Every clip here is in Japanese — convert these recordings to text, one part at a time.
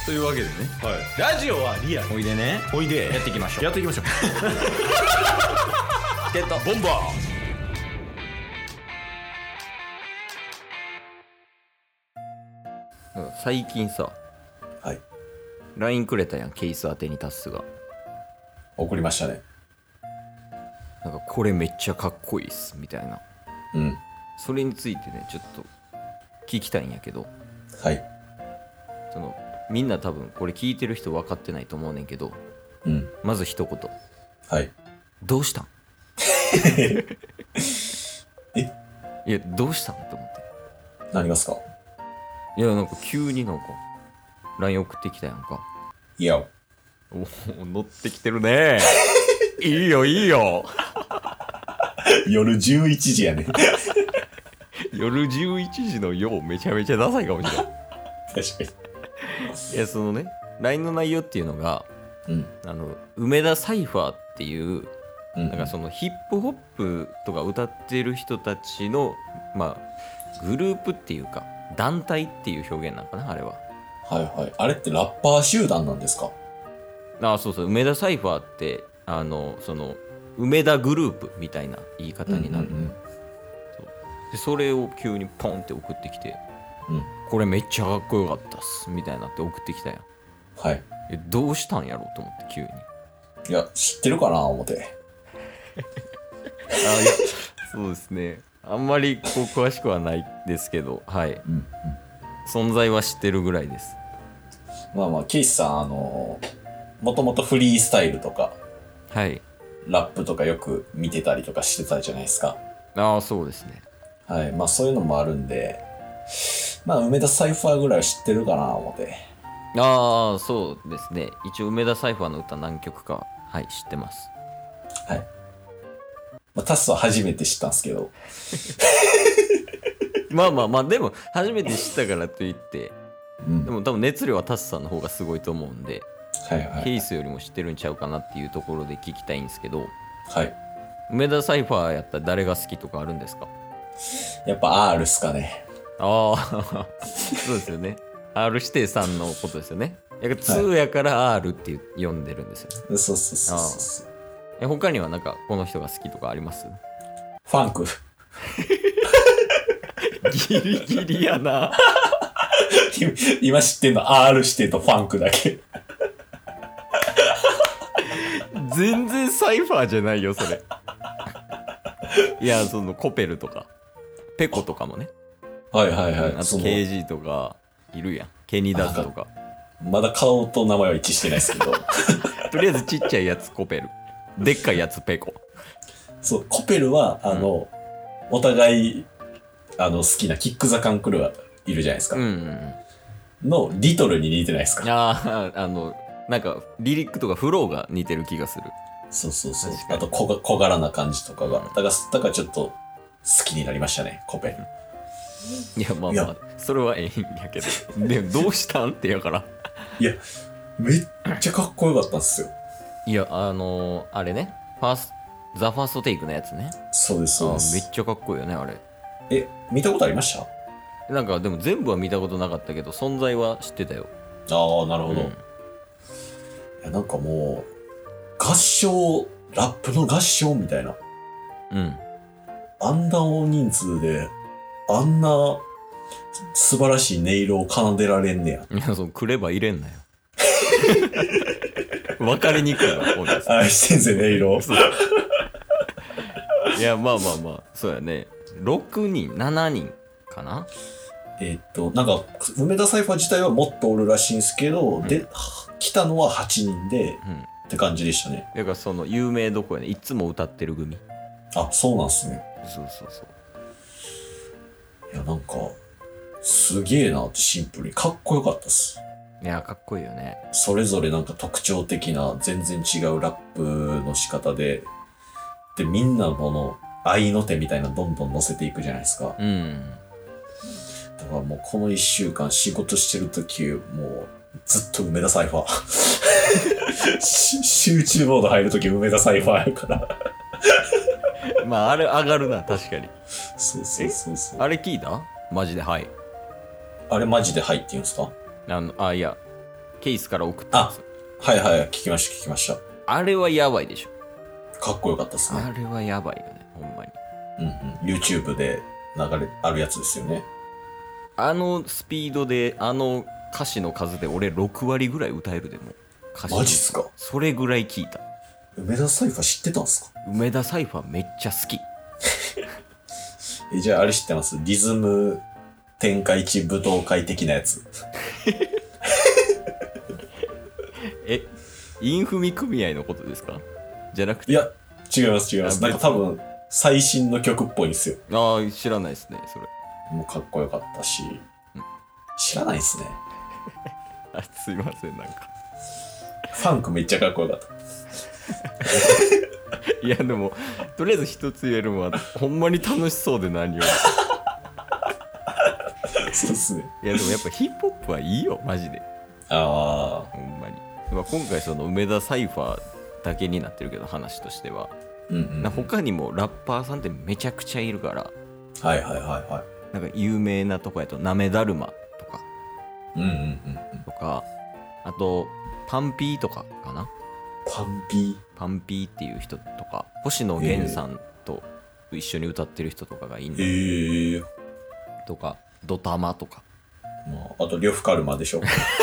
というわけでね、 はい、ラジオはリアル。 おいでね、 おいでやっていきましょう。 やっていきましょうゲットボンバー。最近さ、 ー。はい、 LINE くれたやん、ケース宛てにタッスが。 送りましたね。 なんかこれめっちゃかっこいいっすみたいな。 うん。 それについてね、ちょっと聞きたいんやけど、 はい。 そのみんな多分これ聞いてる人分かってないと思うねんけど、 うん。 まず一言、 はい。 どうしたんえ、 いや、どうしたんって思って。 何がっすか？ いや、なんか急になんか LINE 送ってきたやんか。 いや、 お、乗ってきてるねいいよいいよ夜11時やね。 夜11時のようめちゃめちゃダサいかもしれない。 確かに。 いや、そのね LINE の内容っていうのが、 うん。 梅田サイファーっていううん。 なんかそのヒップホップとか歌ってる人たちのまあグループっていうか団体っていう表現なのかな、あれは。 はいはい。あれってラッパー集団なんですか？ あ、そうそう、梅田サイファーってその梅田グループみたいな言い方になる、 うんうんでそれを急にポンって送ってきて、 うん。 これめっちゃかっこよかったっすみたいになって送ってきたやん。 はい。 どうしたんやろうと思って急に。 いや、知ってるかな思って。 あ、いやそうですね、あんまりこう詳しくはないですけど、はい、 うんうん。 存在は知ってるぐらいです。 まあまあ、ケイスさん、もともとフリースタイルとか、 はい。 ラップとかよく見てたりとかしてたじゃないですか。 ああ、そうですね。 はい。まあそういうのもあるんで、まあ梅田サイファーぐらいは知ってるかな思って。 ああ、そうですね。一応梅田サイファーの歌何曲か、はい、知ってます。 はい。まあタスは初めて知ったんですけど。 まあまあまあ、でも初めて知ったからといって、 うん。 でも多分熱量はタスさんの方がすごいと思うんで、 はいはい。 ケイスよりも知ってるんちゃうかなっていうところで聞きたいんですけど、 はい。 梅田サイファーやったら誰が好きとかあるんですか？ やっぱ R っすかね。 ああそうですよね。R 指定さんのことですよね。2やから R って呼んでるんですよね。 そうそうそうそう。 他にはなんかこの人が好きとかあります？ ファンク。 ギリギリやな今知ってんの R 指定とファンクだけ。 全然サイファーじゃないよそれ。いや、そのコペルとかペコとかもね。 はいはいはい。 あと KG とかいるやん。ケニダズとか。 まだ顔と名前は一致してないですけど。 とりあえずちっちゃいやつコペル、でっかいやつペコ。 そう、コペルは、お互い、好きなキックザカンクルはいるじゃないですか。 うんうんうん。 の、リトルに似てないですか？ ああ、なんかリリックとかフローが似てる気がする。 そうそうそう。 確かにあと小柄な感じとかが。だからちょっと好きになりましたね、コペル。 いや、まあまあそれはええんやけど、でもどうしたんってやから。 いや、めっちゃかっこよかったんですよ。 いや、あれね、ザ・ファーストテイクのやつね。 そうですそうです。 めっちゃかっこいいよね、あれ。 見たことありました？ なんかでも全部は見たことなかったけど存在は知ってたよ。 ああ、なるほど。 うん、 いや、なんかもう、合唱、ラップの合唱みたいな。 うん。 あんな大人数で、あんな素晴らしい音色を奏でられんねや。 いや、そうくれば入れんなよ。分かりにくいわ、こうです。 あ、先生音色。 いや、まあまあまあ、そうやね。6人、7人かな。 なんか、梅田サイファー自体はもっとおるらしいんですけど、で、来たのは8人で、って感じでしたね。 だからその有名どこやね、いつも歌ってる組。 あ、そうなんすね。 そうそうそう。 いや、なんか、すげえなってシンプルにかっこよかったっす。 いや、かっこいいよね。 それぞれなんか特徴的な全然違うラップの仕方で、で、みんなの愛の手みたいなどんどん乗せていくじゃないですか。 うん。 だからもうこの1週間仕事してるとき、もうずっと梅田サイファー。集中モード入るとき梅田サイファーやから。 まあ、あれ上がるな、確かに。 そうそうそうそう。 あれ聞いた？マジではい。 あれマジで入って言うんすか？ いや、 ケースから送ったんですよ。 はいはい、聞きましたあれはやばいでしょ。 かっこよかったですね。 あれはやばいよね、ほんまに。 YouTube であるやつですよね。 あのスピードで、あの歌詞の数で俺6割ぐらい歌えるでも歌詞。 マジっすか。 それぐらい聞いた。 梅田サイファー知ってたんすか。 梅田サイファーめっちゃ好き。 じゃああれ知ってます？リズム天下一武道会的なやつ。 インフミ組合のことですか？じゃなくて。 いや、違います。なんか多分、最新の曲っぽいんですよ。 ああ、知らないですね、それ。 もうかっこよかったし。知らないですね。 あ、すいません、なんか。 ファンクめっちゃかっこよかった。 いや、でも、とりあえず一つ言えるのは、ほんまに楽しそうで何より。 そうっすね。 いや、でもやっぱヒップホップはいいよ、マジで。 あほんまに。今回その梅田サイファーだけになってるけど、話としては。他にもラッパーさんってめちゃくちゃいるから。 はい。 なんか有名なとこやと、なめだるまとか。とか、あと、パンピーとかかな。 パンピーっていう人とか、星野源さんと一緒に歌ってる人とかがいいんだとか、ドタマとか。 あと、呂布カルマでしょ。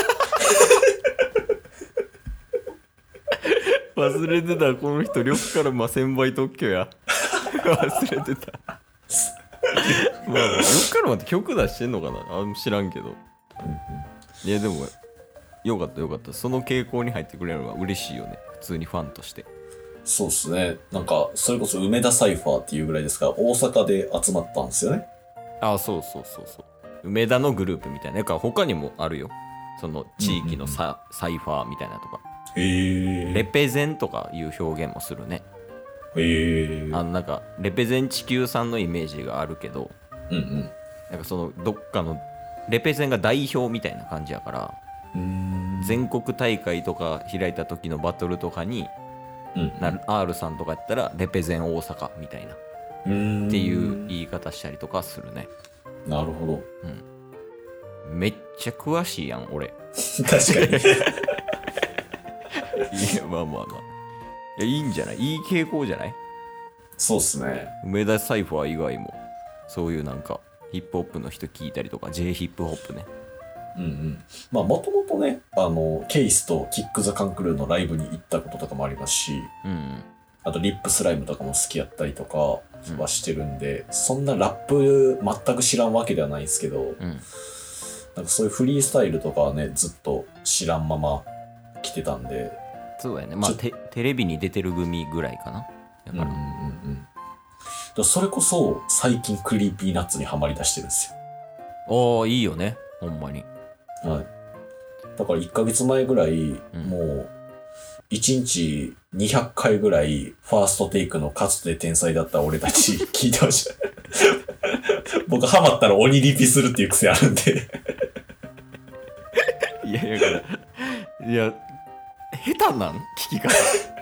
忘れてた、この人、呂布カルマ1000倍特許や。忘れてた。まあ、呂布カルマって曲出してんのかな、知らんけど。いや、でも、よかった。その傾向に入ってくれるのは嬉しいよね。普通にファンとして。 そうっすね。なんか、それこそ梅田サイファーっていうぐらいですから、大阪で集まったんですよね。 ああ、そう。梅田のグループみたいな。だから他にもあるよ。その地域のサイファーみたいなとか。レペゼンとかいう表現もするね。なんかレペゼン地球さんのイメージがあるけど、なんかそのどっかのレペゼンが代表みたいな感じやから、全国大会とか開いた時のバトルとかに、R さんとかやったらレペゼン大阪みたいなっていう言い方したりとかするね。 なるほど。 めっちゃ詳しいやん俺。 確かに。 いや、まあ。いや、いいんじゃない？いい傾向じゃない？ そうっすね。 梅田サイファー以外も、そういうなんか、ヒップホップの人聞いたりとか、J ヒップホップね。 まあ、もともとね、ケイスとキック・ザ・カンクルーのライブに行ったこととかもありますし、あと、リップスライムとかも好きやったりとかはしてるんで、そんなラップ全く知らんわけではないんですけど、なんかそういうフリースタイルとかはね、ずっと知らんまま来てたんで、 そうやね。まあテレビに出てる組ぐらいかな。だから、 それこそ最近クリーピーナッツにハマりだしてるんですよ。 ああ、いいよね、ほんまに。 はい。だから1ヶ月前ぐらい、もう1日200回ぐらいファーストテイクのかつて天才だった俺たち聞いてました。僕ハマったら鬼リピするっていう癖あるんで。 いや下手なん聞き方。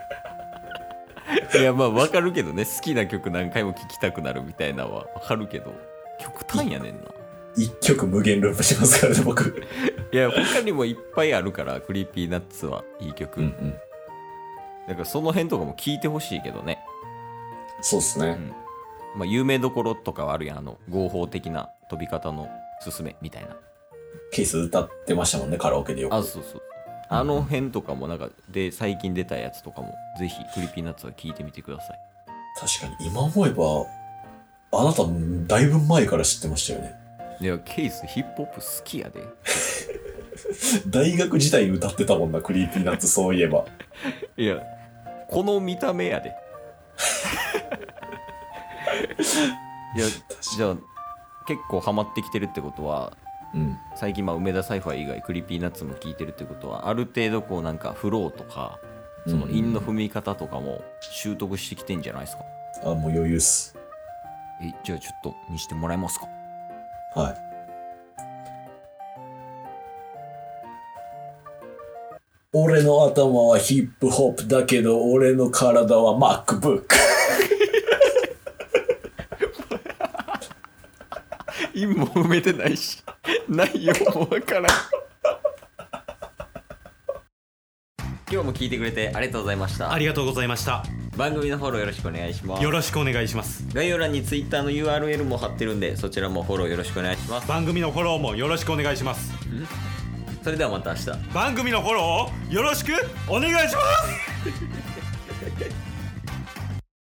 いや、まあ分かるけどね、好きな曲何回も聴きたくなるみたいなのは分かるけど、極端やねんな。 一曲無限ループしますからね、僕。 いや、他にもいっぱいあるから、クリーピーナッツはいい曲。だからその辺とかも聴いてほしいけどね。 そうっすね。 まあ有名どころとかはあるやん、合法的な飛び方のすすめみたいな。 ケース歌ってましたもんね、カラオケでよく。 あ、そう。あの辺とかもなんかで最近出たやつとかもぜひクリーピーナッツは聞いてみてください。 確かに今思えばあなただいぶ前から知ってましたよね。 いや、ケースヒップホップ好きやで。 大学時代に歌ってたもんな、クリーピーナッツ。そういえば。 いや、この見た目やで。いや、じゃあ結構ハマってきてるってことは、最近梅田サイファー以外クリーピーナッツも聴いてるってことは、ある程度こうなんかフローとかその韻の踏み方とかも習得してきてんじゃないですか。 もう余裕っす。 じゃあちょっと見してもらえますか。 はい。俺の頭はヒップホップだけど俺の体は MacBook。 韻も埋めてないし内容もわからん。 今日も聞いてくれてありがとうございました。 ありがとうございました。 番組のフォローよろしくお願いします。 よろしくお願いします。 概要欄に Twitter の URL も貼ってるんで、そちらもフォローよろしくお願いします。 番組のフォローもよろしくお願いします。 それではまた明日。 番組のフォローをよろしくお願いします